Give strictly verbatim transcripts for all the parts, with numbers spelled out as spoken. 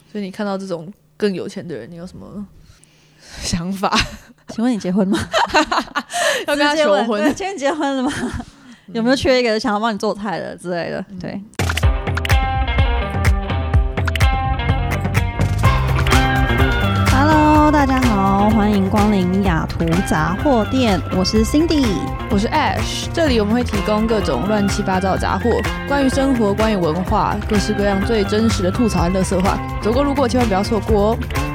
所以你看到这种更有钱的人，你有什么想法？ 请问你结婚吗？ 要跟他求婚？ 今天结婚了吗？有没有缺一个想要帮你做菜的之类的？嗯、对。Hello， 大家好，欢迎光临雅图杂货店，我是 Cindy， 我是 Ash， 这里我们会提供各种乱七八糟的杂货，关于生活，关于文化，各式各样最真实的吐槽和垃圾话，走过路过千万不要错过哦。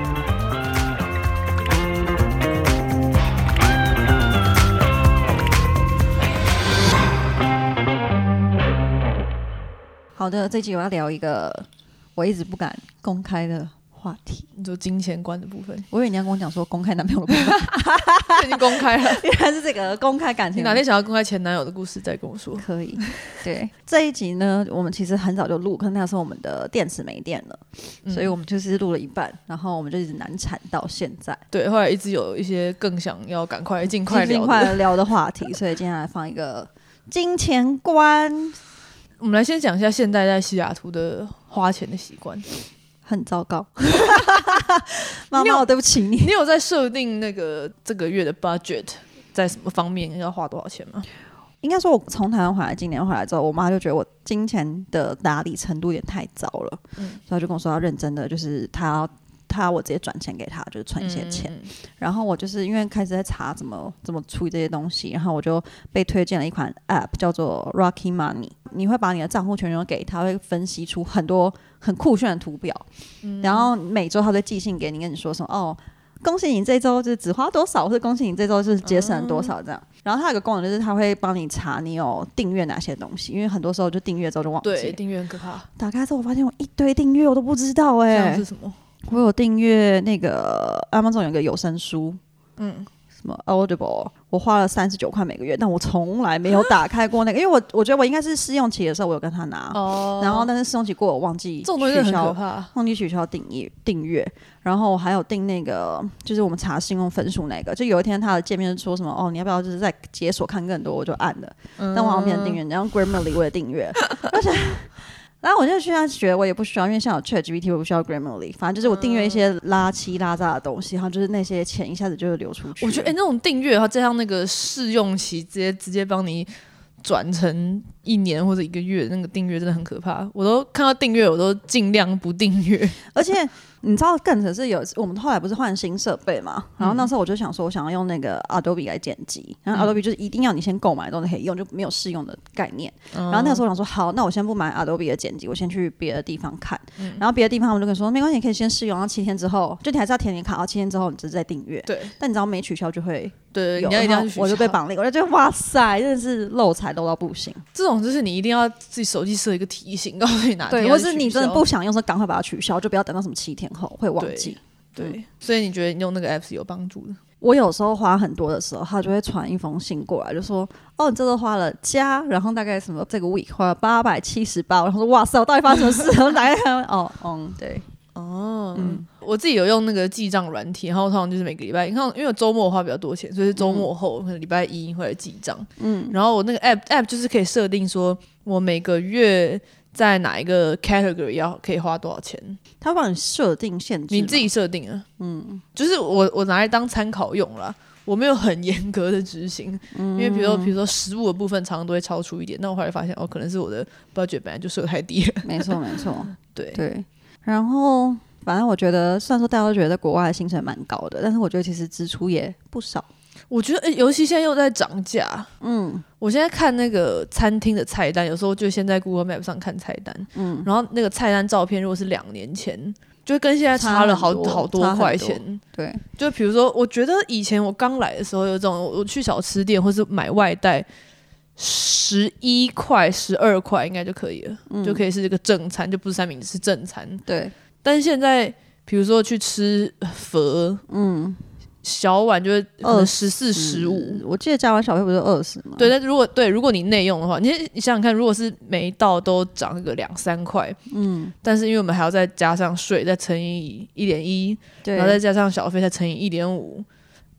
好的，这集我要聊一个我一直不敢公开的话题， 你说金钱观的部分。 我以为你要跟我讲说公开男朋友的部分， 已经公开了， 原来是这个公开感情。 你哪天想要公开前男友的故事再跟我说。 可以。对，这一集呢，我们其实很早就录，可是那时候我们的电池没电了，嗯、所以我们就是录了一半，然后我们就一直难产到现在。 对，后来一直有一些更想要赶快尽快聊的尽快聊的话题，所以今天来放一个金钱观。 我们来先讲一下现在在西雅图的花钱的习惯。 很糟糕。妈妈，我对不起你。 你有在设定那个这个月的 budget 在什么方面要花多少钱吗？ 应该说，我从台湾回来，今年回来之后，我妈就觉得我金钱的打理程度有点太糟了，嗯、所以她就跟我说要认真的，就是她要她我直接转钱给她，就是存一些钱。嗯、然后我就是因为开始在查怎么怎么处理这些东西，然后我就被推荐了一款 app 叫做 Rocky Money。你会把你的账户全都给他，会分析出很多很酷炫的图表，嗯、然后每周他会寄信给你，跟你说什么哦，恭喜你这周就是只花多少，或者恭喜你这周就是节省了多少这样。嗯、然后它有个功能就是它会帮你查你有订阅哪些东西，因为很多时候就订阅之后就忘记。 对，订阅很可怕。 打开之后我发现我一堆订阅我都不知道哎、欸， 像是什么？ 我有订阅那个 Amazon 有一个有声书，嗯。什么 Audible， 我花了三十九块每个月，但我从来没有打开过那个，因为我我觉得我应该是试用期的时候我有跟他拿，哦、然后但是试用期过我忘记取消，这种东西很可怕，忘记取消订阅订阅，然后我还有订那个就是我们查信用分数那个，就有一天他的界面说什么哦你要不要就是再解锁看更多，我就按了，嗯、但我好像变成订阅，然后 Grammarly 我也订阅，而且。然后我就现在觉得我也不需要，因为像有 ChatGPT 我不需要 Grammarly， 反正就是我订阅一些拉七拉杂的东西，然后就是那些钱一下子就会流出去。 我觉得哎、欸，那种订阅，然后加上那个试用期，直接直接帮你转成一年或者一个月，那个订阅真的很可怕。我都看到订阅，我都尽量不订阅。 而且你知道更扯是有我们后来不是换新设备嘛，然后那时候我就想说我想要用那个 Adobe 来剪辑，然后 Adobe 就是一定要你先购买都可以用，就没有试用的概念。嗯、然后那个时候我想说好，那我先不买 Adobe 的剪辑，我先去别的地方看。嗯、然后别的地方他们就跟你说没关系，你可以先试用，然后七天之后就你还是要填你卡，然后七天之后你只是再订阅。对。但你知道没取消就会对，你要一定要去取消。 我就被绑了，我就觉得哇塞，真的是漏财漏到不行。 这种就是你一定要自己手机设一个提醒，告诉你哪天要取消。 对，或是你真的不想用，说赶快把它取消，就不要等到什么七天后会忘记。 对，对，所以你觉得你用那个 app 是有帮助的？ 我有时候花很多的时候，他就会传一封信过来，就说：“哦，你这周花了加，然后大概什么这个 week 花了八百七十八。”然后说：“哇塞，我到底发生什么事？”然后打开看，哦，嗯，对， 哦，嗯，我自己有用那个记账软体，然后通常就是每个礼拜，你看，因为周末花比较多钱，所以是周末后可能礼拜一会来记账。嗯，然后我那个 app app 就是可以设定说，我每个月在哪一个 category 要可以花多少钱， 他帮你设定限制， 你自己设定啊，嗯，就是我我拿来当参考用啦，我没有很严格的执行，嗯、因为比如说比如说食物的部分常常都会超出一点，那我后来发现哦，可能是我的 budget 本来就设太低了， 没错没错， 对对，然后反正我觉得虽然说大家都觉得在国外的薪水蛮高的，但是我觉得其实支出也不少。 我觉得、欸、尤其现在又在涨价，嗯，我现在看那个餐厅的菜单，有时候就先在 Google Map 上看菜单，嗯，然后那个菜单照片如果是两年前，就跟现在差了好多好多块钱， 对， 就比如说，我觉得以前我刚来的时候有这种，我去小吃店或是买外带，十一块、十二块应该就可以了，嗯、就可以是这个正餐，就不是三明治，是正餐， 对。但是现在，比如说去吃佛，嗯。小碗就是可能十四、十五， 我记得加完小费不是二十吗？ 对，但如果对如果你内用的话，你你想想看，如果是每一道都涨个两三块，嗯，但是因为我们还要再加上税，再乘以一点一，然后再加上小费再乘以一点五，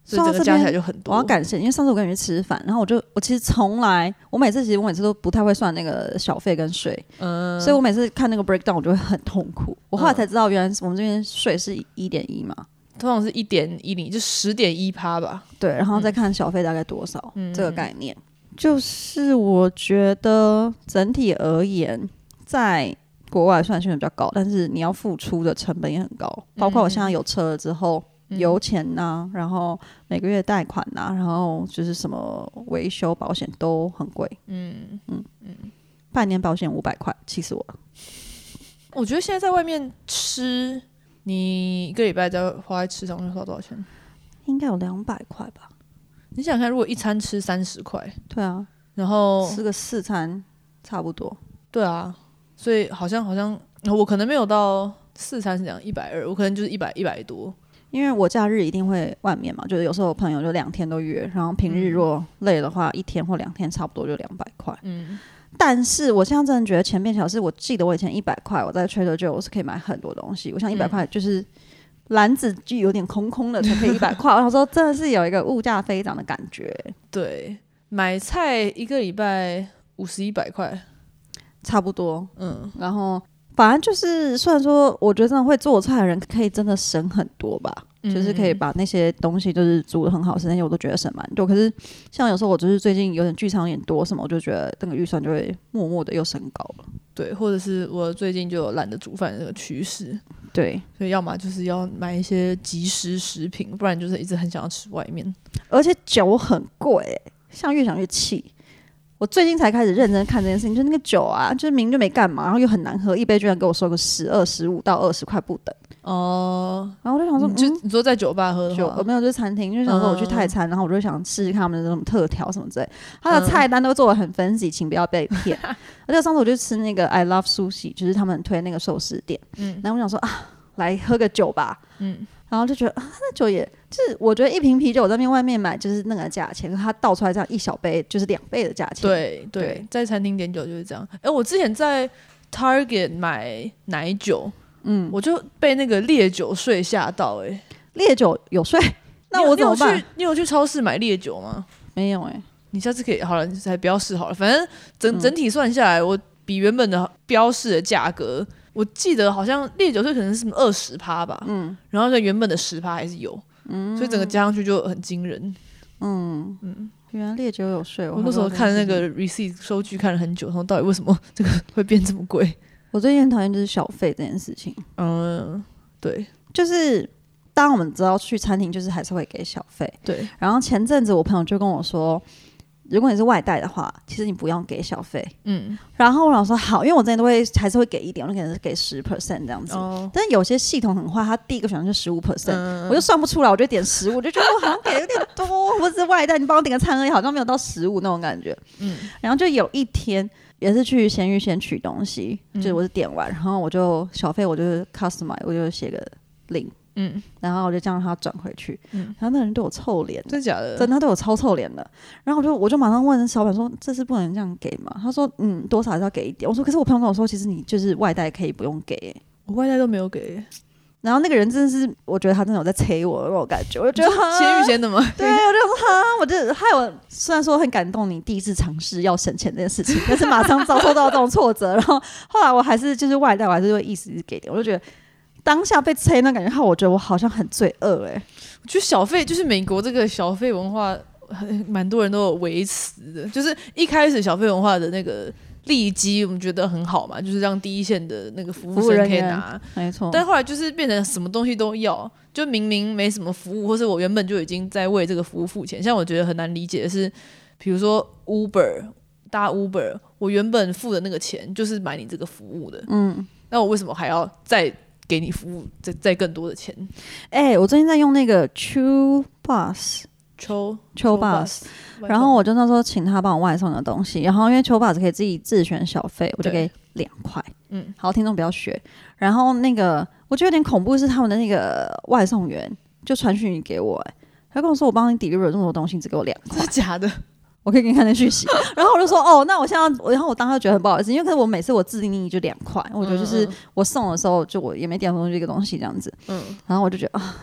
所以整个加起来就很多。 我要感谢，因为上次我跟你去吃饭，然后我就我其实从来我每次其实我每次都不太会算那个小费跟税，嗯，所以我每次看那个 breakdown 我就会很痛苦。我后来才知道，原来我们这边税是一点一嘛， 通常是一点一零，就十点一趴吧。 对，然后再看小费大概多少，嗯、这个概念。就是我觉得整体而言，在国外虽然薪水比较高，但是你要付出的成本也很高，包括我现在有车了之后。嗯、油钱呐、啊，然后每个月贷款呐、啊，然后就是什么维修保险都很贵。嗯嗯嗯，半年保险五百块，气死我了。 我觉得现在在外面吃，你一个礼拜在花在吃上会花多少钱？ 应该有两百块吧。 你想想看，如果一餐吃三十块， 对啊， 然后吃个四餐差不多。 对啊，所以好像好像我可能没有到四餐是这样一百二，我可能就是一百一百多。 因为我假日一定会外面嘛，就是有时候我朋友就两天都约，然后平日如果累的话，嗯、一天或两天差不多就两百块。嗯，但是我现在真的觉得钱变小，是我记得我以前一百块我在 Trader Joe 我是可以买很多东西，我想一百块就是篮子就有点空空的才可以一百块，我想说真的是有一个物价飞涨的感觉。 对，买菜一个礼拜五十一百块， 差不多。嗯，然后。反正就是，虽然说我觉得真的会做菜的人可以真的省很多吧，嗯、就是可以把那些东西就是煮得很好吃，那些我都觉得省蛮多。可是像有时候我就是最近有点剧场有点多什么，我就觉得那个预算就会默默的又升高了。 对，或者是我最近就有懒得煮饭的那个趋势。 对， 所以要么就是要买一些即食食品，不然就是一直很想要吃外面。 而且酒很贵，像越想越气。我最近才开始认真看这件事情，就那个酒啊，就是明明就没干嘛，然后又很难喝，一杯居然给我收个十二、十五到二十块不等。哦，然后我就想说， 你就、嗯、你说在酒吧喝的话， 我没有，就是餐厅，就想说我去泰餐，嗯、然后我就想试试看他们的那种特调什么之类，他的菜单都做得很分析，请不要被骗。而且上次我就吃那个 I Love Sushi， 就是他们推那个寿司店，嗯，然后我想说啊，来喝个酒吧，嗯。然后就觉得啊，那酒也就是我觉得一瓶啤酒我在外面买就是那个价钱，可是它倒出来这样一小杯就是两倍的价钱。 对 对, 对，在餐厅点酒就是这样。哎，我之前在 Target 买奶酒，嗯，我就被那个烈酒税吓到、欸。哎， 烈酒有税？那我怎么办？ 你有去你有去超市买烈酒吗？ 没有哎、欸。 你下次可以好了，还不要试好了。反正整整体算下来，我比原本的标示的价格。我记得好像烈酒税可能是什么二十趴吧，嗯，然后原本的十趴还是有，嗯，所以整个加上去就很惊人，嗯嗯，原来烈酒有税， 我那时候看那个 receipt 收据看了很久，然后到底为什么这个会变这么贵？ 我最近很讨厌就是小费这件事情， 嗯，对， 就是当我们知道去餐厅就是还是会给小费， 对， 然后前阵子我朋友就跟我说。如果你是外带的话，其实你不用给小费。嗯，然后我想说好，因为我之前都会还是会给一点，我可能是给十 percent 这样子。哦。但是有些系统很坏，它第一个选项就十五 percent，我就算不出来，我就点十五，我就觉得我好像给有点多，或者是外带，你帮我点个餐而已，好像没有到十五那种感觉。嗯。然后就有一天也是去鲜芋仙取东西，嗯、就是我是点完，然后我就小费我就 customize， 我就写个零。嗯，然后我就这样让他转回去，嗯，然后那人对我臭脸， 真的假的？ 真的，他对我超臭脸的。然后我就我就马上问小板说：“这是不能这样给吗？”他说：“嗯，多少还是要给一点。”我说：“可是我朋友跟我说，其实你就是外带可以不用给、欸， 我外带都没有给、欸。” 然后那个人真的是，我觉得他真的有在催我那种感觉，我就觉得鲜芋仙的吗？ 对，我就说哈，我就害我虽然说很感动，你第一次尝试要省钱这件事情，但是马上遭受到这种挫折，然后后来我还是就是外带，我还是会意思给点，我就觉得。当下被催那感觉，我觉得我好像很罪恶哎、欸。 我觉得小费就是美国这个小费文化，蛮多人都有维持的。就是一开始小费文化的那个利基，我们觉得很好嘛，就是让第一线的那个服务生可以拿， 没错。 但后来就是变成什么东西都要，就明明没什么服务，或是我原本就已经在为这个服务付钱。像我觉得很难理解的是，比如说 Uber 搭 Uber， 我原本付的那个钱就是买你这个服务的，嗯，那我为什么还要再给你服务再再更多的钱？ 哎、欸，我最近在用那个 True Bus， True True Bus， 然后我就那时候请他帮我外送的东西，然后因为 True Bus 可以自己自选小费，我就给两块。嗯，好，听众不要学。然后那个我觉得有点恐怖是他们的那个外送员就传讯给我、欸，他跟我说我帮你 deliver 这么多东西，只给我两块， 真的假的？ 我可以给你看那讯息，然后我就说哦，那我现在，然后我当时觉得很不好意思，因为可是我每次我自定义就两块，我觉得就是我送的时候就我也没点东西一个东西这样子，嗯，然后我就觉得啊，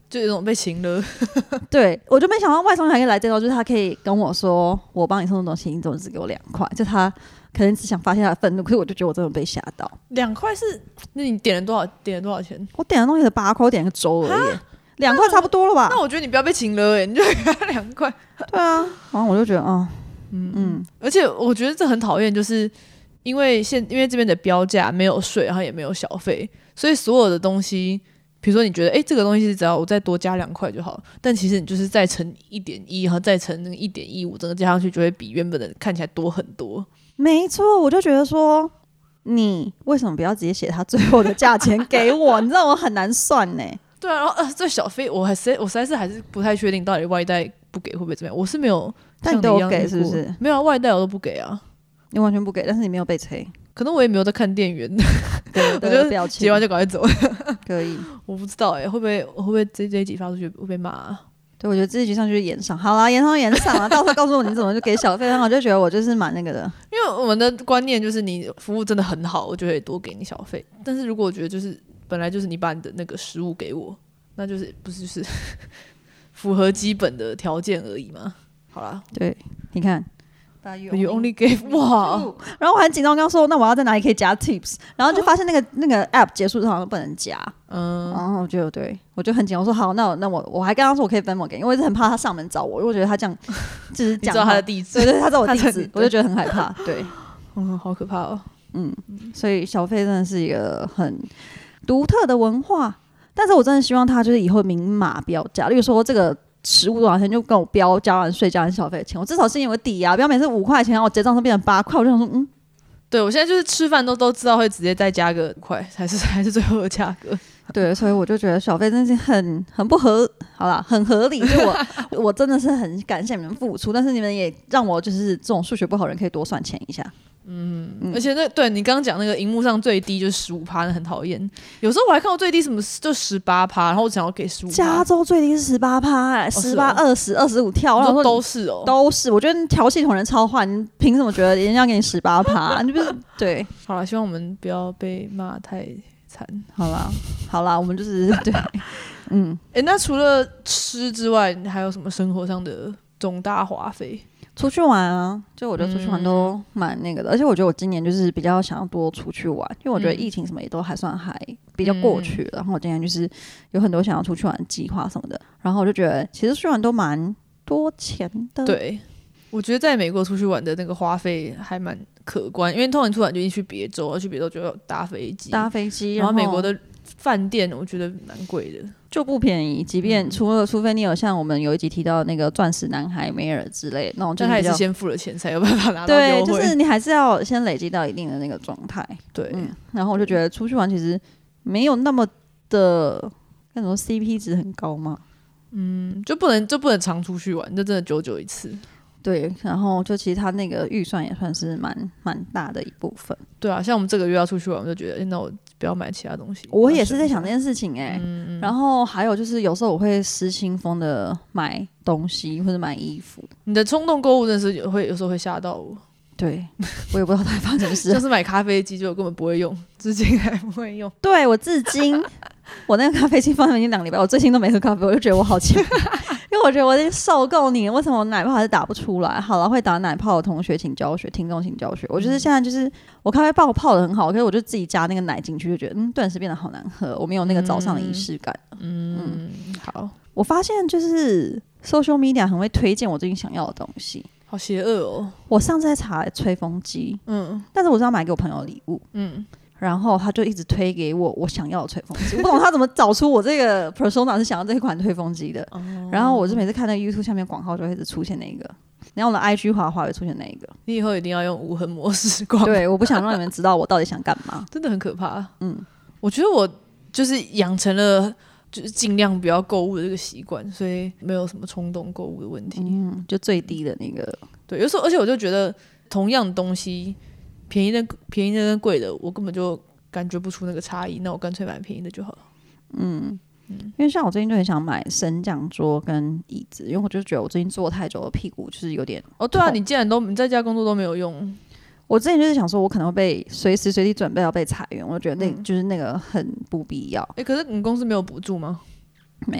就有一种被情了。 对，我就没想到外送员还可以来这招，就是他可以跟我说，我帮你送的东西，你怎么只给我两块？就他可能只想发泄他的愤怒，可是我就觉得我真的被吓到。 两块是？那你点了多少？点了多少钱？ 我点的东西是八块，我点了个粥而已，两块差不多了吧？ 那我觉得你不要被情了哎、欸，你就给他两块。 对啊，然后我就觉得，哦， 嗯嗯，而且我觉得这很讨厌，就是因为现因为这边的标价没有税，然后也没有小费，所以所有的东西。比如说你觉得哎、欸，这个东西只要我再多加两块就好，但其实你就是再乘一点一，然后再乘那个一点一五，整个加上去就会比原本的看起来多很多。 没错，我就觉得说，你为什么不要直接写他最后的价钱给我？你知道我很难算呢。 对啊，然后呃，这小费我还实我实在是还是不太确定到底外带不给会不会怎么样。我是没有像你一样，但你都有给是不是？没有啊，外带我都不给啊。 你完全不给，但是你没有被催。 可能我也没有在看店员， 对，我就结完就赶快走。 可以， 我不知道哎、欸，会不会会不会这这一集发出去会被骂、啊？ 对，我觉得这一集上去是演上，好啦，演上演上啊，到时候告诉我你怎么就给小费，然后我就觉得我就是蛮那个的。 因为我们的观念就是你服务真的很好，我就会多给你小费。但是如果我觉得就是本来就是你把你的那个食物给我，那就是不是就是符合基本的条件而已嘛？好啦， 对，你看。 You only gave 哇， 然后我很紧张，刚说那我要在哪里可以加 tips， 然后就发现那个那个 app 结束之后好像不能加，嗯，然后我就对我就很紧张，我说好，那我那我我还跟他说我可以分我给你，因为我一直很怕他上门找我，因为我觉得他这样就是讲知道他的地址， 对对，他知道我地址，我就觉得很害怕，对， 嗯，好可怕哦， 嗯，所以小费真的是一个很独特的文化，但是我真的希望他就是以后明码标价，例如说这个。食物多少钱就跟我标交完税交完小费的钱，我至少心里有个底啊，不要每次五块钱，然后我结账时候变成八块，我就想说，嗯， 对我现在就是吃饭都都知道会直接再加个五块，还是还是最后的价格。 对，所以我就觉得小费真的是很很不合，好啦，很合理。就我我真的是很感谢你们付出，但是你们也让我就是这种数学不好的人可以多算钱一下。 嗯，嗯而且那对你刚刚讲那个荧幕上最低就是十五趴，那很讨厌。有时候我还看到最低什么就十八趴，然后我想要给十五。 加州最低是十八趴，哎，十八、二十、二十五跳，然后都是哦， 都是。我觉得调系统人超坏，你凭什么觉得人家要给你十八趴？你不是对？ 好了，希望我们不要被骂太惨。 好啦，好啦，我们就是对，嗯， 哎、欸，那除了吃之外，你还有什么生活上的重大花费？ 出去玩啊，就我觉得出去玩都蛮那个的、嗯，而且我觉得我今年就是比较想要多出去玩，因为我觉得疫情什么也都还算还比较过去了、嗯、然后我今年就是有很多想要出去玩的计划什么的，然后我就觉得其实出去玩都蛮多钱的。 对，我觉得在美国出去玩的那个花费还蛮可观，因为通常出玩就一定去别州，而去别州就要搭飞机， 搭飞机， 然后美国的饭店我觉得蛮贵的， 就不便宜。即便除了、嗯、除非你有像我们有一集提到那个钻石男孩梅尔之类的那种，但他也是先付了钱才有办法拿到优惠。 对，就是你还是要先累积到一定的那个状态。 对、 嗯，然后我就觉得出去玩其实没有那么的那种 C P 值很高嘛。 嗯，就不能就不能常出去玩，就真的久久一次。 对，然后就其实他那个预算也算是蛮蛮大的一部分。 对啊，像我们这个月要出去玩，我就觉得，欸、那我不要买其他东西。 我也是在想这件事情哎、欸嗯， 然后还有就是有时候我会失心疯的买东西或者买衣服。 你的冲动购物真的是有会有时候会吓到我。 对，我也不知道它发生什么事。 像是买咖啡机，就我根本不会用，至今还不会用。 对，我至今，我那个咖啡机放在已经两个礼拜，我最近都没喝咖啡，我就觉得我好气。因为我觉得我已经受够你了，为什么我奶泡还是打不出来？好了，会打奶泡的同学请教学，听众请教学。我就是现在就是我咖啡泡泡的很好，可是我就自己加那个奶进去，就觉得嗯，顿时变得好难喝，我没有那个早上的仪式感。 嗯, 嗯好， 我发现就是 social media 很会推荐我最近想要的东西， 好邪恶哦！ 我上次在查吹风机，嗯，但是我是要买给我朋友的礼物，嗯。然后他就一直推给我我想要的吹风机，我不懂他怎么找出我这个 persona 是想要这款吹风机的。哦、然后我就每次看那个 YouTube 下面广告就会一直出现那个，然后我的 I G 滑滑会出现那个。 你以后一定要用无痕模式广告。 对，我不想让你们知道我到底想干嘛， 真的很可怕。嗯，我觉得我就是养成了就是尽量不要购物的这个习惯，所以没有什么冲动购物的问题。 嗯，就最低的那个。 对，有时候而且我就觉得同样的东西。便宜的便宜的跟贵的，我根本就感觉不出那个差异，那我干脆买便宜的就好了。 嗯嗯，因为像我最近就很想买升降桌跟椅子，因为我就觉得我最近坐太久了，屁股就是有点哦。对啊，你既然都你在家工作都没有用， 我之前就是想说，我可能会被随时随地准备要被裁员，我觉得那、嗯、就是那个很不必要。 哎、欸，可是你公司没有补助吗？ 没有。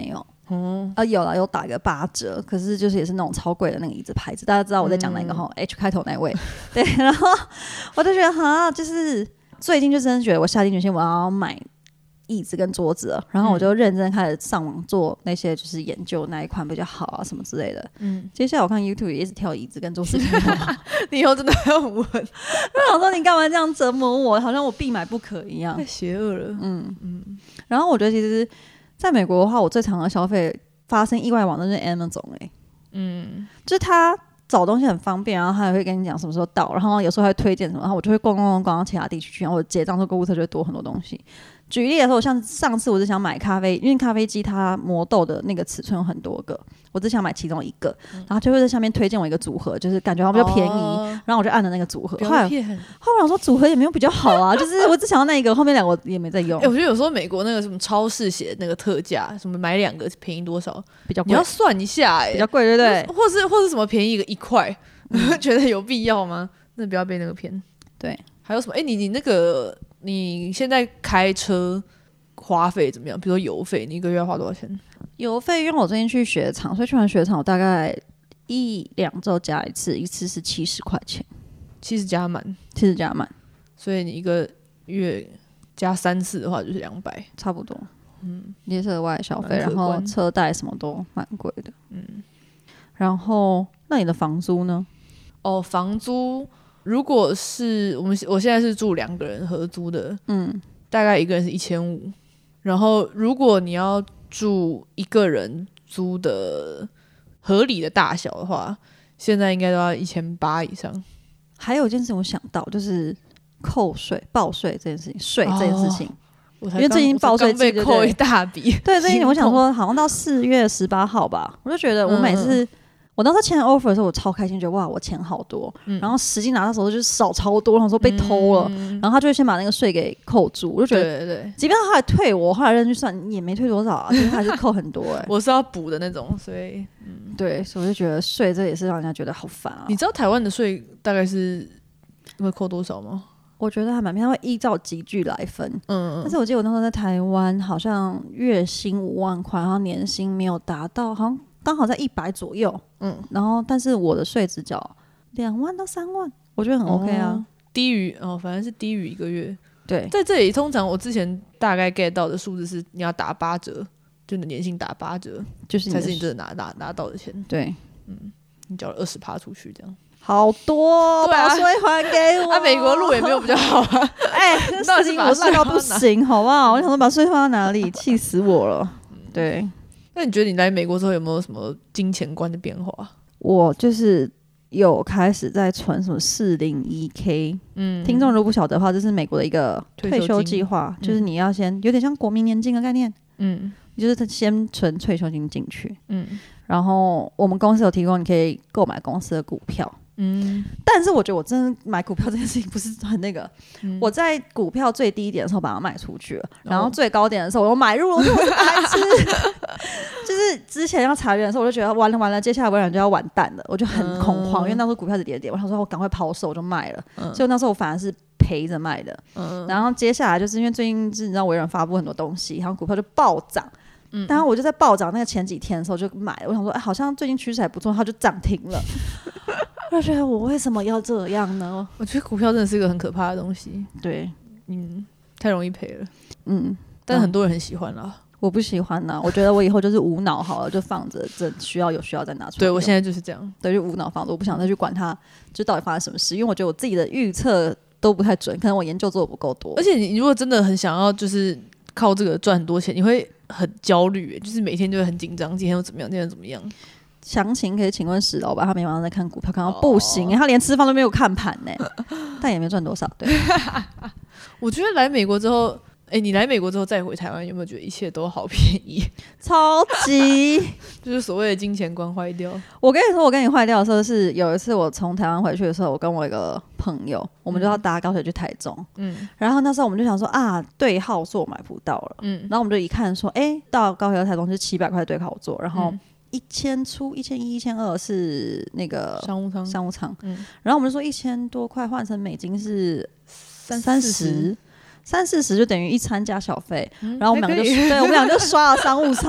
哦，啊有啦，有打个八折，可是就是也是那种超贵的那个椅子牌子，大家知道我在讲哪个哈、嗯、？H 开头那位，对，然后我就觉得哈，就是最近就真的觉得我下定决心我要买椅子跟桌子了，然后我就认真开始上网做那些就是研究哪一款比较好啊什么之类的。嗯，接下来我看 YouTube 也一直挑椅子跟桌子， 你以后真的要很稳。 我想说你干嘛这样折磨我，好像我必买不可一样， 太邪恶了。嗯嗯。然后我觉得其实在美国的话，我最常的消费发生意外网站就是 Amazon 哎、欸，嗯，就是它找东西很方便，然后他也会跟你讲什么时候到，然后有时候还会推荐什么，然后我就会逛逛逛逛到其他地区去，然后我结账之后购物车就会多很多东西。举例来说，像上次我是想买咖啡，因为咖啡机它磨豆的那个尺寸有很多个，我只想买其中一个，嗯、然后就会在下面推荐我一个组合，就是感觉好像比较便宜，哦、然后我就按了那个组合。后来后来我说组合也没有比较好啊，就是我只想要那一个，后面两个我也没在用。 哎、欸，我觉得有时候美国那个什么超市写的那个特价，什么买两个便宜多少， 比较贵， 你要算一下哎、欸， 比较贵对不对？ 或是或是什么便宜一个一块，嗯、觉得有必要吗？那不要被那个骗。 对， 还有什么？哎、欸，你你那个你现在开车花费怎么样？比如说油费，你一个月要花多少钱？ 油费，因为我最近去雪场，所以去完雪场我大概一两周加一次，一次是七十块钱， 七十加满， 七十加满， 所以你一个月加三次的话就是两百， 差不多。嗯，也是额外消费，然后车贷什么都蛮贵的。嗯，然后那你的房租呢？ 哦，房租如果是我们我现在是住两个人合租的，嗯，大概一个人是一千五。然后，如果你要住一个人租的合理的大小的话，现在应该都要一千八以上。 还有一件事我想到，就是扣税、报税这件事情，税这件事情， 哦、 因为最近报税季被扣一大笔。 对，最近我想说，好像到四月十八号吧，我就觉得我每次。嗯我当时签 offer 的时候，我超开心，觉得哇，我钱好多。嗯、然后实际拿到手就是少超多，然后说被偷了，嗯、然后他就会先把那个税给扣住。我就觉得，对对对，即便他后来退我，后来认真去算也没退多少啊，就是还是扣很多哎、欸。 我是要补的那种，所以， 嗯，对，所以我就觉得税这也是让人家觉得好烦啊。 你知道台湾的税大概是会扣多少吗？ 我觉得还蛮偏，他会依照集聚来分。嗯，但是我记得我那时候在台湾，好像月薪五万块，然后年薪没有达到，好像。刚好在一百左右，嗯，然后但是我的税只缴两万到三万，我觉得很 OK 啊， 哦、低于哦，反正是低于一个月。 对， 在这里通常我之前大概 get 到的数字是你要打八折，就你的年薪打八折， 就是才是你真的拿拿拿到的钱。 对， 嗯，你缴了二十趴出去，这样好多， 对啊， 把税还给我。 啊，美国路也没有比较好啊， 哎、欸，这事情我烂到不行，好不好？我想说把税花到哪里，气死我了。对。 那你觉得你来美国之后有没有什么金钱观的变化？ 我就是有开始在存什么四零一 K， 嗯，听众如果不晓得的话，这是美国的一个退休计划，就是你要先有点像国民年金的概念，嗯，就是先存退休金进去，嗯，然后我们公司有提供你可以购买公司的股票。嗯，但是我觉得我真的买股票这件事情不是很那个。嗯、我在股票最低点的时候把它卖出去了，哦、然后最高点的时候我又买入了，我是白痴。就是之前要裁员的时候，我就觉得完了完了，接下来微软就要完蛋了，我就很恐慌，嗯、因为那时候股票是跌跌，我想说我赶快抛售，我就卖了。嗯、所以那时候我反而是赔着卖的。嗯、然后接下来就是因为最近是你知道微软发布很多东西，然后股票就暴涨。嗯、然后我就在暴涨那个前几天的时候就买了，我想说，哎，好像最近趋势还不错，它就涨停了。我就觉得我为什么要这样呢？ 我觉得股票真的是一个很可怕的东西。 对， 嗯，太容易赔了。嗯，但很多人很喜欢啦。 我不喜欢啦，我觉得我以后就是无脑好了，就放着，这需要有需要再拿出来。 对，我现在就是这样， 对，就无脑放着，我不想再去管它，就到底发生什么事，因为我觉得我自己的预测都不太准，可能我研究做的不够多。 而且你如果真的很想要，就是靠这个赚很多钱，你会很焦虑，就是每天就会很紧张，今天又怎么样，今天又怎么样。 详情可以请问史老板，他每晚上在看股票，看到不行，哦、他连吃饭都没有看盘呢，但也没赚多少。对， 我觉得来美国之后，哎、欸，你来美国之后再回台湾，有没有觉得一切都好便宜？ 超级， 就是所谓的金钱观坏掉。 我跟你说，我跟你坏掉的时候是有一次我从台湾回去的时候，我跟我一个朋友，我们就要搭高铁去台中，嗯，然后那时候我们就想说啊，对号座买不到了，嗯，然后我们就一看说，哎、欸，到高铁到台中是七百块对号座，然后。嗯一千出一千一一千二是那个商务舱， 商务舱，嗯，然后我们就说一千多块换成美金是三十，三四十就等于一餐加小费，嗯、然后我们两个就对，我们两个就刷了商务舱，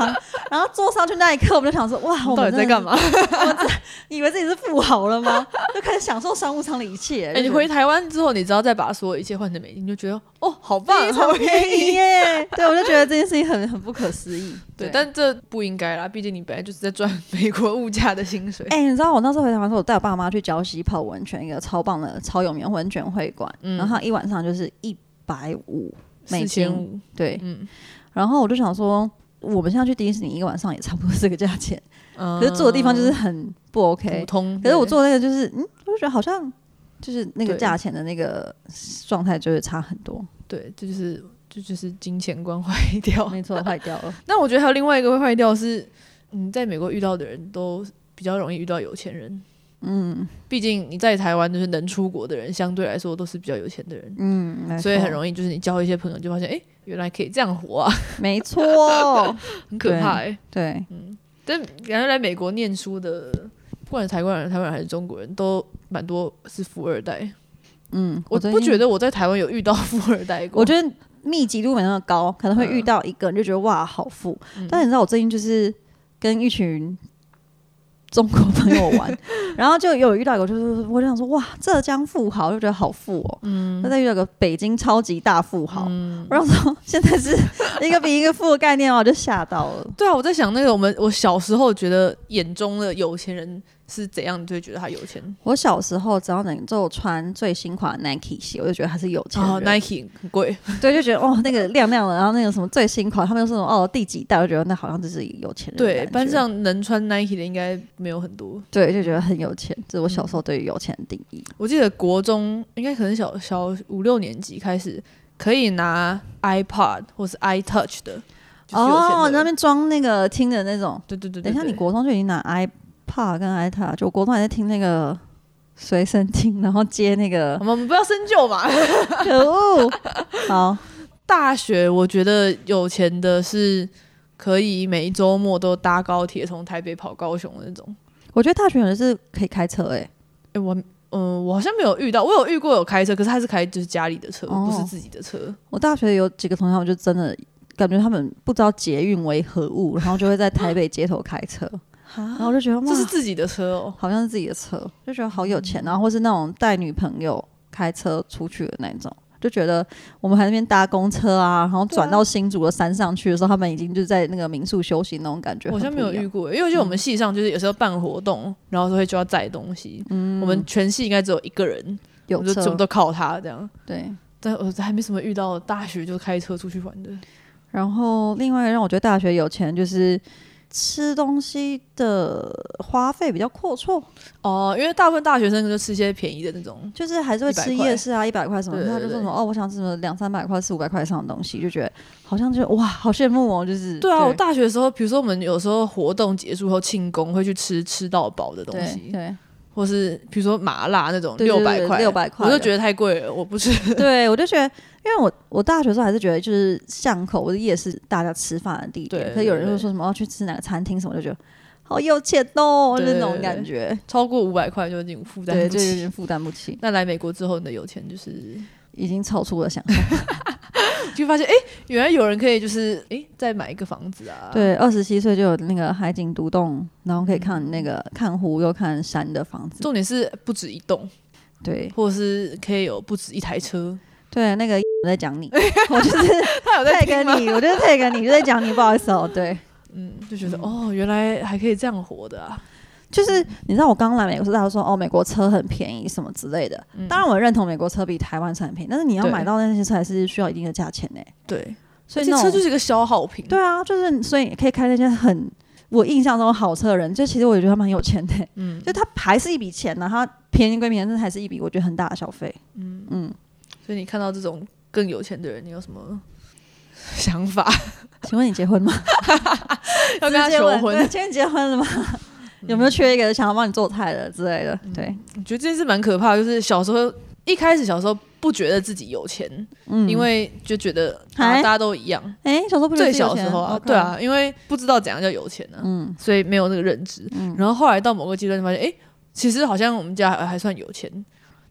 然后坐上去那一刻，我们就想说，哇，我们到底在干嘛？ 我们以为自己是富豪了吗？就开始享受商务舱的一切。 哎、欸，你回台湾之后，你只要再把所有一切换成美金，你就觉得哦，好棒， 非常便宜耶！对，我就觉得这件事情很很不可思议。 对，对但这不应该啦，毕竟你本来就是在赚美国物价的薪水。 哎、欸，你知道我那时候回台湾的时候，我带我爸妈去礁溪泡温泉，一个超棒的、超有名的温泉会馆，嗯、然后它一晚上就是一百五美金，对，嗯。然后我就想说，我们现在去迪士尼一个晚上也差不多这个价钱，嗯、可是住的地方就是很不 OK。 普通。 可是我做那个就是，嗯，我就觉得好像就是那个价钱的那个状态就会差很多。 对，这就是这就是金钱观坏掉， 没错，坏掉了。 那我觉得还有另外一个会坏掉是，嗯，在美国遇到的人都比较容易遇到有钱人。嗯，毕竟你在台湾就是能出国的人，相对来说都是比较有钱的人，嗯，所以很容易就是你交一些朋友就发现，哎、欸，原来可以这样活啊， 没错， 很可怕、欸， 对，对嗯，但原来来美国念书的，不管是台湾人、台湾人还是中国人，都蛮多是富二代，嗯，我不觉得我在台湾有遇到富二代过， 我觉得密集度没那么高，可能会遇到一个人就觉得哇好富，嗯、但你知道我最近就是跟一群中国朋友玩，然后就有遇到一个，就是我就想说，哇，浙江富豪，就觉得好富哦。嗯，再遇到一个北京超级大富豪，嗯、我想说现在是一个比一个富的概念，我就吓到了。 对啊，我在想那个我们我小时候觉得眼中的有钱人是怎样，你就会觉得他有钱。 我小时候只要能够穿最新款的 Nike 鞋，我就觉得他是有钱人。 哦 ，Nike 很贵， 对，就觉得哦那个亮亮的，然后那个什么最新款，他们又是那种哦第几代，我就觉得那好像就是有钱人。 对，班上能穿 Nike 的应该没有很多。 对，就觉得很有钱，这是我小时候对于有钱的定义。 嗯、我记得国中应该可能小小五六年级开始可以拿 iPod 或是 iTouch 的，就是有钱的人哦，那边装那个听的那种。 对对 对, 对, 对， 等一下，你国中就已经拿 iPod 跟 iTouch， 就我国中还在听那个随身听，然后接那个。 我们不要深究嘛， 可恶。好， 大学我觉得有钱的是可以每一周末都搭高铁从台北跑高雄的那种。 我觉得大学有人是可以开车哎、欸，哎、 欸、我嗯我好像没有遇到，我有遇过有开车，可是他是开就是家里的车，哦、不是自己的车。 我大学有几个同学，我就真的感觉他们不知道捷运为何物，然后就会在台北街头开车。然后就觉得这是自己的车哦， 好像是自己的车，就觉得好有钱。然后或是那种带女朋友开车出去的那种，就觉得我们还在那边搭公车啊，然后转到新竹的山上去的时候，他们已经就在那个民宿休息那种感觉。 我好像没有遇过，因为就我们系上就是有时候办活动，嗯、然后就会就要载东西。嗯，我们全系应该只有一个人有车，就全部都靠他这样。 对， 但我还没什么遇到大学就开车出去玩的。 然后另外让我觉得大学有钱就是吃东西的花费比较阔绰哦，因为大部分大学生就吃一些便宜的那种， 就是还是会吃夜市啊，一百块什么，他就说什么哦，我想吃什么两三百块、四五百块以上的东西，就觉得好像就哇，好羡慕哦，就是对啊，对我大学的时候，比如说我们有时候活动结束后庆功会去吃吃到饱的东西， 对。对或是比如说麻辣那种六百块， 六百块， 我就觉得太贵了，我不吃。 对，我就觉得，因为我我大学的时候还是觉得，就是巷口或者夜市大家吃饭的地点，可是有人就说什么要去吃哪个餐厅什么，就觉得好有钱哦，就是那种感觉。 超过五百块就已经负担不起， 对，就有点负担不起。 那来美国之后，你的有钱就是已经超出了想象。 就发现哎、欸，原来有人可以就是哎、欸、再买一个房子啊。 对，二十七岁就有那个海景独栋，然后可以看那个、嗯、看湖又看山的房子。 重点是不止一栋， 对， 或者是可以有不止一台车。 对，那个我在讲你，我就是他有在听吗？我就是 take 你，就在讲你，不好意思哦。对， 嗯，就觉得、嗯、哦，原来还可以这样活的啊。 就是你知道我刚来美国时，大家说哦美国车很便宜什么之类的、嗯。当然我认同美国车比台湾车很便宜，但是你要买到那些车还是需要一定的价钱呢、欸。 对，所以车就是一个消耗品。 对啊，就是所以可以开那些很我印象中好车的人，就其实我也觉得他们很有钱的、欸。嗯，就他还是一笔钱呢、啊，他便宜归便宜，但是还是一笔我觉得很大的消费。嗯嗯， 所以你看到这种更有钱的人，你有什么想法？ 请问你结婚吗？ 要跟他求婚？ 今天结婚了吗？有没有缺一个想要帮你做菜的之类的？对， 嗯、我觉得这件事蛮可怕的，就是小时候一开始小时候不觉得自己有钱，嗯、因为就觉得、啊、大家都一样。 哎、欸，小时候不觉得自己有钱最小时候啊， okay. 对啊，因为不知道怎样叫有钱呢、啊，嗯，所以没有那个认知。嗯、然后后来到某个阶段就发现，哎、欸，其实好像我们家还还算有钱。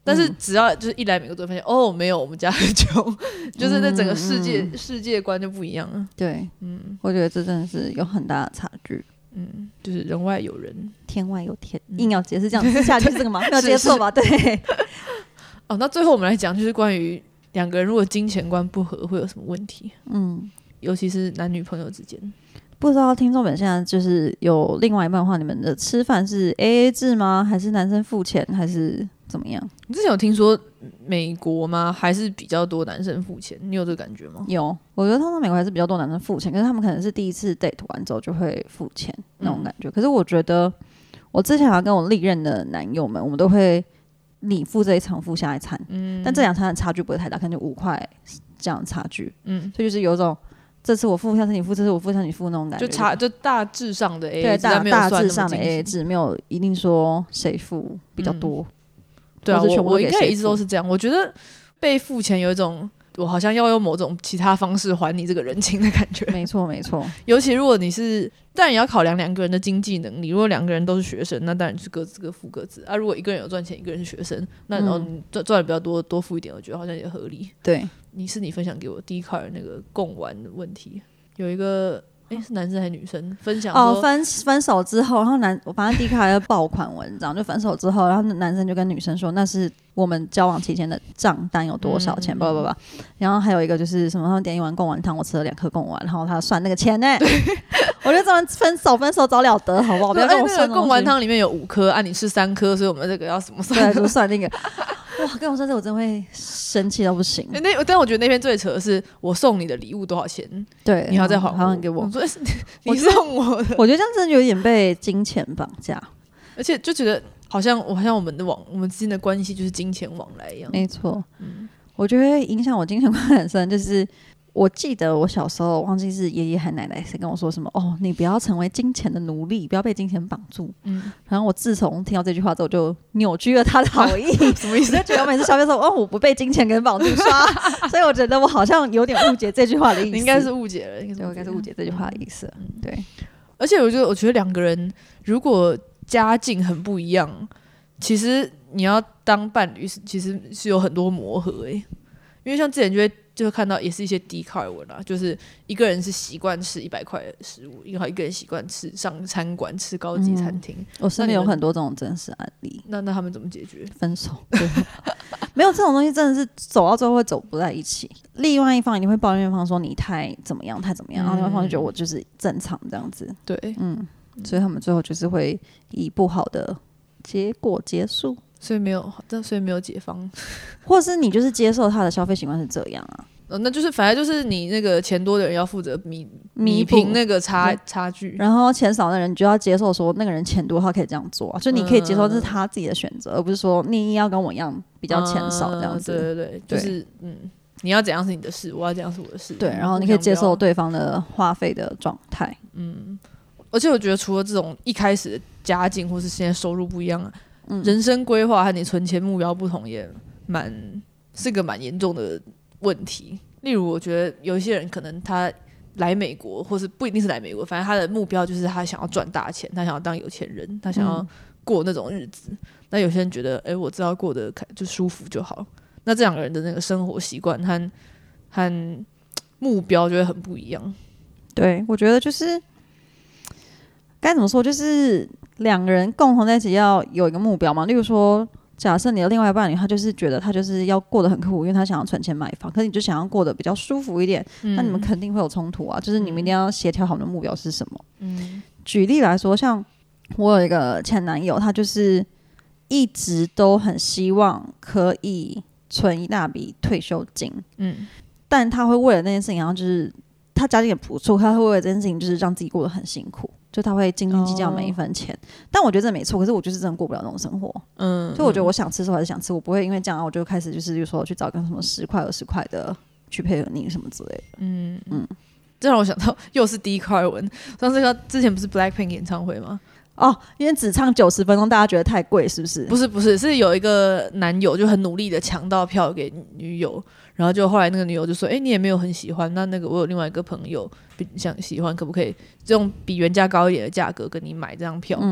但是只要就是一来美国都会发现，哦，没有，我们家很穷，就是那整个世界、嗯、世界观就不一样了。 对，嗯，我觉得这真的是有很大的差距。 嗯，就是人外有人， 天外有天，嗯、硬要解释这样子下去这个吗？没有接错吧？对。 哦，那最后我们来讲，就是关于两个人如果金钱观不合会有什么问题？嗯，尤其是男女朋友之间。 不知道听众们现在就是有另外一半的话，你们的吃饭是 A A 制吗？还是男生付钱，还是怎么样？ 你之前有听说美国吗？还是比较多男生付钱？你有这个感觉吗？ 有，我觉得通常美国还是比较多男生付钱，可是他们可能是第一次 date 完之后就会付钱那种感觉。嗯、可是我觉得我之前要跟我历任的男友们，我们都会你付这一餐，付下一餐，嗯，但这两餐的差距不会太大，可能就五块这样的差距，嗯，所以就是有一种。这次我付，下次你付，这次我付，下次你付那种感觉， 就差就大致上的 A A 制， 对，大没有算大致上的 A A 制，没有一定说谁付比较多。嗯、 对啊，我我应该一直都是这样。我觉得被付钱有一种我好像要用某种其他方式还你这个人情的感觉。 没错没错， 尤其如果你是，当然也要考量两个人的经济能力。如果两个人都是学生，那当然是各自各付各自啊。如果一个人有赚钱，一个人是学生，那然后你赚赚的比较多，多付一点，我觉得好像也合理。 对， 你是你分享给我第一块那个共玩的问题。有一个哎、欸，是男生还是女生分享说哦，分分手之后，然后男我反正第一开始爆款文章，就分手之后，然后男生就跟女生说那是我们交往期间的账单有多少钱，叭叭叭。然后还有一个就是什么，他们点一碗贡丸汤，我吃了两颗贡丸，然后他算那个钱呢、欸。我觉得这种分手分手早了得，好不好？不要跟我算。 贡丸汤里面有五颗，啊，你吃三颗，所以我们这个要什么算？ 对，就算那个。哇，跟我说这我真会生气到不行。 那但我觉得那篇最扯的是，我送你的礼物多少钱？ 对， 你还要再还还给我。 我说你送我的， 我觉得这样真的有点被金钱绑架， 而且就觉得好像我好像我们的往我们之间的关系就是金钱往来一样。 没错，嗯，我觉得影响我金钱观很深，就是。我记得我小时候忘记是爷爷还奶奶谁跟我说什么哦，你不要成为金钱的奴隶，不要被金钱绑住。嗯，然后我自从听到这句话之后，就扭曲了他的好意。 什么意思？ 我就觉得我每次消费的时候，哦，我不被金钱给绑住刷，所以我觉得我好像有点误解这句话的意思。 你应该是误解了，应对，我应该是误解这句话的意思。嗯，对。 而且我觉得，我觉得两个人如果家境很不一样，其实你要当伴侣，其实是有很多磨合诶、欸。因为像之前就会。就会看到也是一些低卡文啊，就是一个人是习惯吃一百块的食物，然后一个人习惯吃上餐馆吃高级餐厅、嗯。 我身边有很多这种真实案例。 那那他们怎么解决？ 分手。没有这种东西，真的是走到最后会走不在一起。另外一方一定会抱怨对方说你太怎么样，太怎么样，嗯、然后另外一方就觉得我就是正常这样子。 对， 嗯，所以他们最后就是会以不好的结果结束。 所以没有，所以没有解放， 或是你就是接受他的消费习惯是这样啊。 呃，那就是反正就是你那个钱多的人要负责弥弥平那个差差距， 然后钱少的人你就要接受说那个人钱多他可以这样做、啊，就你可以接受这是他自己的选择、嗯，而不是说你要跟我一样比较钱少这样子。 嗯、对对对，就是嗯，你要怎样是你的事，我要怎样是我的事。 对，然后你可以接受对方的花费的状态。 嗯，而且我觉得除了这种一开始的家境或是现在收入不一样啊。嗯、人生规划和你存钱目标不同也蛮是个蛮严重的问题。例如我觉得有一些人可能他来美国或是不一定是来美国，反正他的目标就是他想要赚大钱，他想要当有钱人，他想要过那种日子、嗯、那有些人觉得哎、欸，我知道过得就舒服就好，那这两个人的那个生活习惯和和目标就会很不一样。 对，我觉得就是该怎么说，就是两个人共同在一起要有一个目标嘛。例如说，假设你的另外一半，他就是觉得他就是要过得很苦，因为他想要存钱买房，可是你就想要过得比较舒服一点，嗯、那你们肯定会有冲突啊。就是你们一定要协调好你的目标是什么。嗯，举例来说，像我有一个前男友，他就是一直都很希望可以存一大笔退休金，嗯，但他会为了那件事情，然后就是他家境也不错，他会为了这件事情就是让自己过得很辛苦。就他会斤斤计较每一分钱、哦，但我觉得这没错。可是我就是真的过不了那种生活，嗯，所以我觉得我想吃的时候还是想吃，我不会因为这样我就开始就是比如说去找个什么十块二十块的去配合你什么之类的，嗯嗯。 这让我想到又是第一块文，上次之前不是 Blackpink 演唱会吗？ 哦，因为只唱九十分钟，大家觉得太贵，是不是？ 不是不是，是有一个男友就很努力的抢到票给女友，然后就后来那个女友就说：“哎、欸，你也没有很喜欢，那那个我有另外一个朋友想喜欢，可不可以用比原价高一点的价格跟你买这张票？”嗯，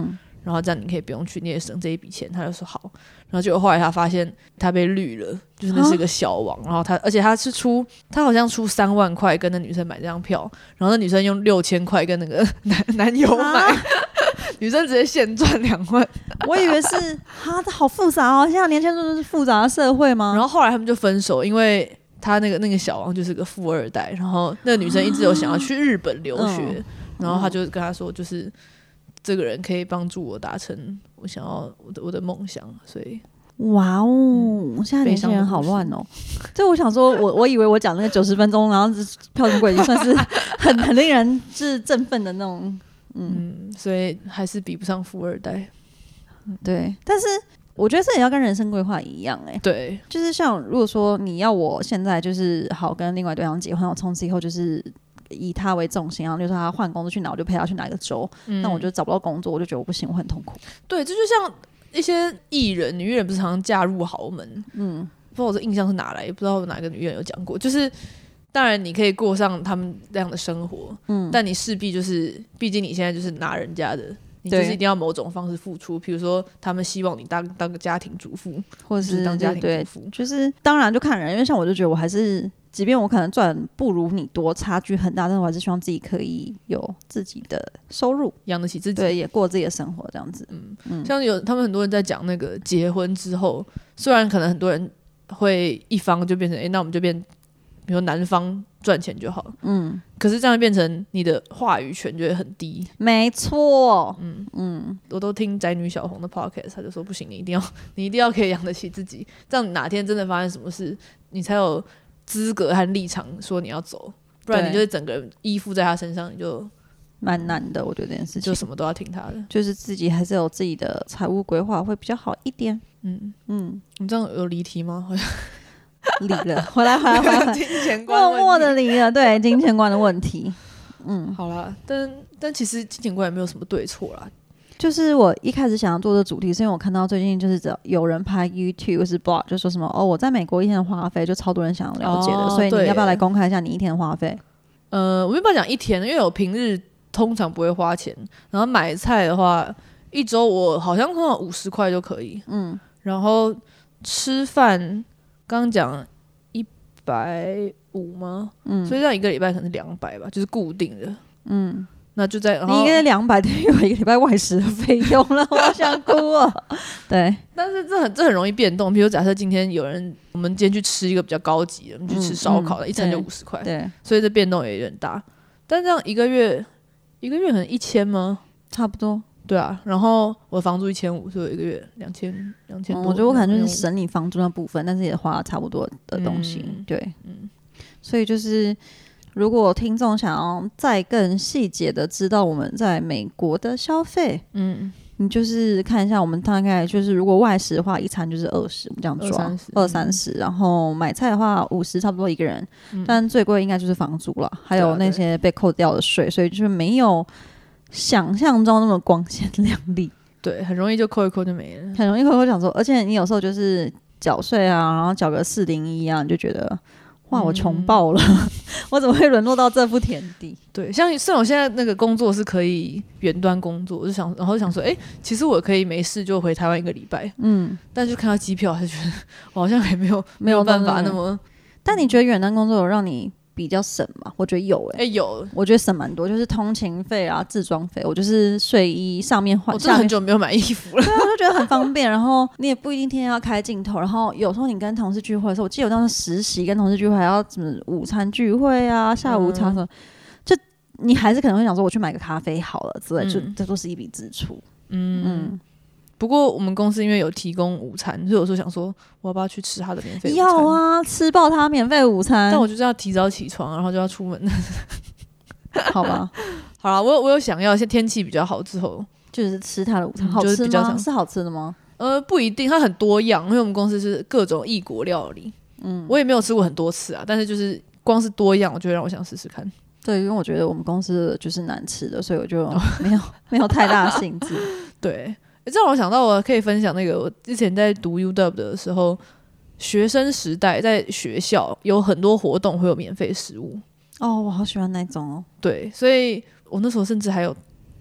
然后这样你可以不用去，你也省这一笔钱。他就说好，然后结果后来他发现他被绿了，就是那是个小王，然后他而且他是出他好像出三万块跟那女生买这张票，然后那女生用六千块跟那个男男友买，女生直接现赚两万。 我以为是啊，这好复杂哦，现在年轻人都是复杂的社会吗？ 然后后来他们就分手，因为他那个那个小王就是个富二代，然后那个女生一直有想要去日本留学，嗯、然后他就跟他说，就是这个人可以帮助我达成我想要我的我的梦想，所以哇哦、嗯，现在年轻人好乱哦。就我想说，我我以为我讲那个九十分钟，然后票经过已经算是很很令人是振奋的那种，嗯， 嗯所以还是比不上富二代。 对，但是我觉得这也要跟人生规划一样哎、欸。 对， 就是像如果说你要我现在就是好跟另外对象结婚，我从此以后就是以他为重心，然后就说他换工作去哪，我就陪他去哪个州。嗯、那我就找不到工作，我就觉得我不行，我很痛苦。 对，这就像一些艺人、女艺人不是常常嫁入豪门，嗯，不知道我这印象是哪来，也不知道哪个女艺人有讲过，就是当然你可以过上他们那样的生活，嗯，但你势必就是，毕竟你现在就是拿人家的。你就是一定要某种方式付出，比如说他们希望你当当个家庭主妇， 或者是当家庭主妇， 就是当然就看人，因为像我就觉得我还是，即便我可能赚不如你多，差距很大，但是我还是希望自己可以有自己的收入， 养得起自己， 对，也过自己的生活这样子。嗯嗯，像有他们很多人在讲那个结婚之后，虽然可能很多人会一方就变成，哎、欸，那我们就变。比如男方赚钱就好，嗯，可是这样变成你的话语权就会很低。 没错， 嗯嗯，我都听宅女小红的 podcast， 他就说不行，你一定要，你一定要可以养得起自己，这样你哪天真的发生什么事，你才有资格和立场说你要走，不然你就会整个人依附在他身上，你就蛮难的。我觉得这件事情就什么都要听他的， 就是自己还是有自己的财务规划会比较好一点。嗯嗯，你这样有离题吗？好像。 离了，回来回来回来， 金钱观默默的离了，对金钱观的问题。嗯， 好啦，但但其实金钱观也没有什么对错啦。 就是我一开始想要做的主题，是因为我看到最近就是有人拍 YouTube 或是 blog， 就说什么哦，我在美国一天的花费，就超多人想要了解的，哦、所以你要不要来公开一下你一天的花费？ 呃，我没办法讲一天，因为我平日通常不会花钱，然后买菜的话，一周我好像通常五十块就可以。嗯，然后吃饭。刚刚讲一百五吗？嗯，所以这样一个礼拜可能是两百吧，就是固定的。嗯，那就在你一个月两百，等于有一个礼拜外食的费用了，我想哭哦。对， 但是这很这很容易变动。比如假设今天有人，我们今天去吃一个比较高级的，我们去吃烧烤的，嗯、一餐就五十块，对，所以这变动也有点大。但这样一个月，一个月可能一千吗？ 差不多。 对啊，然后我房租一千五，所以我一个月两千两千多、嗯。 我觉得我可能就是省你房租那部分，但是也花了差不多的东西。嗯、对，嗯，所以就是如果听众想要再更细节的知道我们在美国的消费，嗯，你就是看一下我们大概就是如果外食的话，一餐就是二十，我们这样抓二三十，然后买菜的话五十，差不多一个人，嗯、但最贵应该就是房租了，还有那些被扣掉的税，所以就是没有。想象中那么光鲜亮丽， 对，很容易就扣一扣就没了， 很容易扣一扣想说，而且你有时候就是缴税啊，然后缴个四零一啊，你就觉得哇，我穷爆了，嗯、我怎么会沦落到这副田地？ 对，像像我现在那个工作是可以远端工作，我就想，然后就想说，哎、欸，其实我可以没事就回台湾一个礼拜，嗯，但就看到机票，还是觉得我好像还没有没有办法那么。 但你觉得远端工作有让你？比较省嘛，我觉得有诶、欸欸，有， 我觉得省蛮多，就是通勤费啊、自装费，我就是睡衣上面换。 我真的很久没有买衣服了， 对啊，我就觉得很方便。然后你也不一定天天要开镜头，然后有时候你跟同事聚会的时候，我记得有当时实习跟同事聚会还要什么午餐聚会啊、下午茶什么，嗯、就你还是可能会想说我去买个咖啡好了之类，嗯、就这都是一笔支出。嗯嗯。不过我们公司因为有提供午餐，所以有时候想说我要不要去吃他的免费午餐？ 要啊，吃爆他免费午餐。 但我就是要提早起床，然后就要出门。 好吧， 好啦，我有我有想要，现在天气比较好之后， 就是吃他的午餐，嗯、好吃吗？就是比较是好吃的吗？ 呃，不一定，它很多样，因为我们公司是各种异国料理。嗯，我也没有吃过很多次啊，但是就是光是多样，我就会让我想试试看。 对，因为我觉得我们公司就是难吃的，所以我就没有没有太大的兴致。 对。这让我想到，我可以分享那个我之前在读 U W 的时候，学生时代在学校有很多活动会有免费食物。 哦，我好喜欢那种哦。 对，所以我那时候甚至还有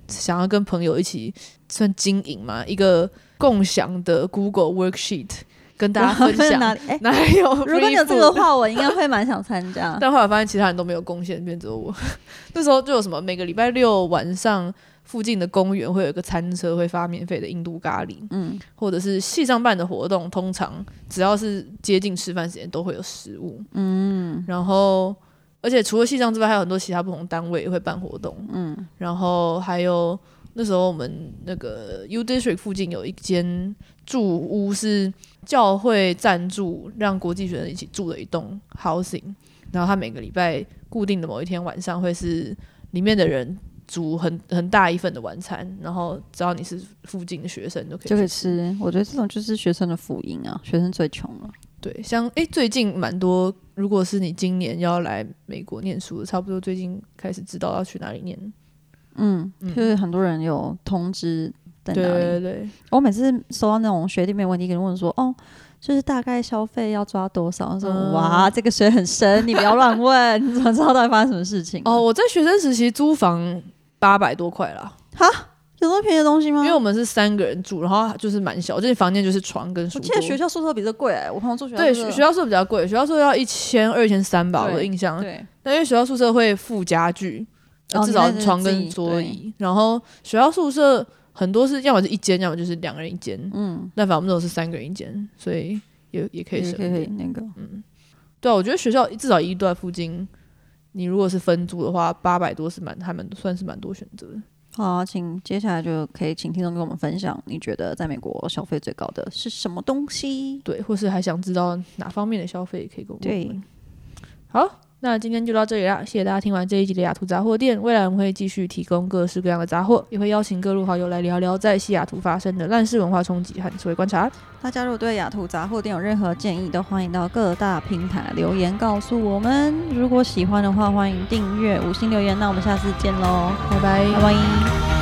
想要跟朋友一起算经营嘛，一个共享的 Google Worksheet。跟大家分享哪里、欸、哪里有？ 如果你有这个话，我应该会蛮想参加。 但后来发现其他人都没有贡献，变只有我。那时候就有什么每个礼拜六晚上附近的公园会有一个餐车，会发免费的印度咖喱，嗯，或者是系上办的活动，通常只要是接近吃饭时间都会有食物，嗯，然后而且除了系上之外，还有很多其他不同单位也会办活动，嗯，然后还有那时候我们那个 U District 附近有一间住屋是教会赞助让国际学生一起住的一栋 housing， 然后他每个礼拜固定的某一天晚上会是里面的人煮很很大一份的晚餐，然后只要你是附近的学生都可以就可以吃。我觉得这种就是学生的福音啊，学生最穷了。 对，像诶最近蛮多，如果是你今年要来美国念书的，差不多最近开始知道要去哪里念。嗯， 就是很多人有通知在哪里。 对对对， 我每次收到那种学弟妹问题，跟人问说，哦，就是大概消费要抓多少？我说、嗯、哇，这个水很深，你不要乱问，你怎么知道到底发生什么事情？ 哦，我在学生时期租房八百多块啦。 哈，有那么便宜的东西吗？ 因为我们是三个人住，然后就是蛮小，就是房间就是床跟书桌。 我记得学校宿舍比这贵哎、欸，我朋友住学校宿舍。对，学校宿舍比较贵，学校宿舍要一千二、一千三吧，我的印象。 对， 但因为学校宿舍会附家具。哦、至少床跟桌椅，然后学校宿舍很多是要么是一间，要么就是两个人一间。嗯，但反正我们都是三个人一间，所以也也可以省一点。 可以那个， 嗯，对啊，我觉得学校至少一段附近，你如果是分租的话，八百多是蛮还蛮算是蛮多选择的。 好、啊，请接下来就可以请听众跟我们分享，你觉得在美国消费最高的是什么东西？ 对，或是还想知道哪方面的消费，可以跟我们。对，好。那今天就到这里啦，谢谢大家听完这一集的雅图杂货店。未来我们会继续提供各式各样的杂货，也会邀请各路好友来聊聊在西雅图发生的烂事文化冲击和社会观察。 大家如果对雅图杂货店有任何建议，都欢迎到各大平台留言告诉我们。如果喜欢的话，欢迎订阅、五星留言。那我们下次见喽， 拜拜， 拜拜。